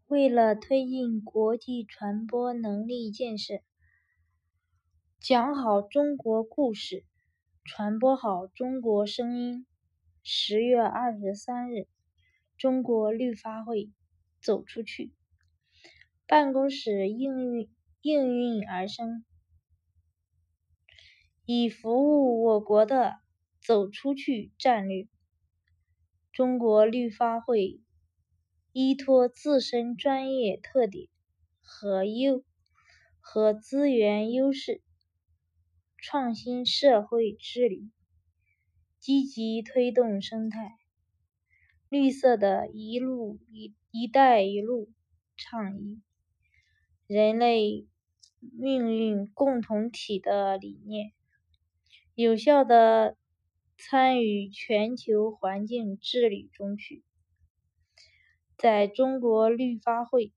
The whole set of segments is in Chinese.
为了推进国际传播能力建设，讲好中国故事，传播好中国声音。10月23日，中国绿发会走出去办公室应运而生，以服务我国的走出去战略。中国绿发会依托自身专业特点和资源优势，创新社会治理，积极推动生态绿色的一带一路倡议、人类命运共同体的理念，有效地参与全球环境治理中去。在中国绿发会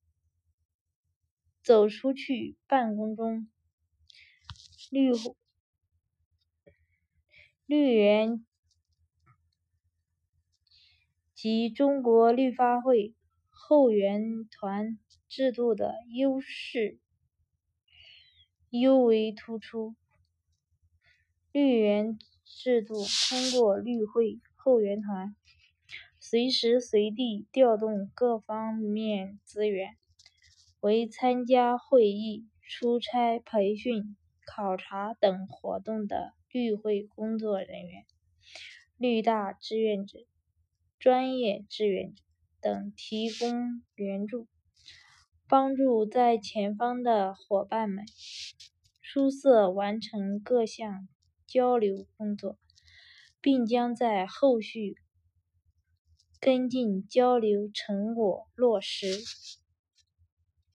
走出去办公中，绿园及中国绿发会后援团制度的优势尤为突出。绿园制度通过绿会后援团随时随地调动各方面资源，为参加会议、出差、培训、考察等活动的绿会工作人员、绿大志愿者、专业志愿者等提供援助，帮助在前方的伙伴们出色完成各项交流工作，并将在后续跟进交流成果落实。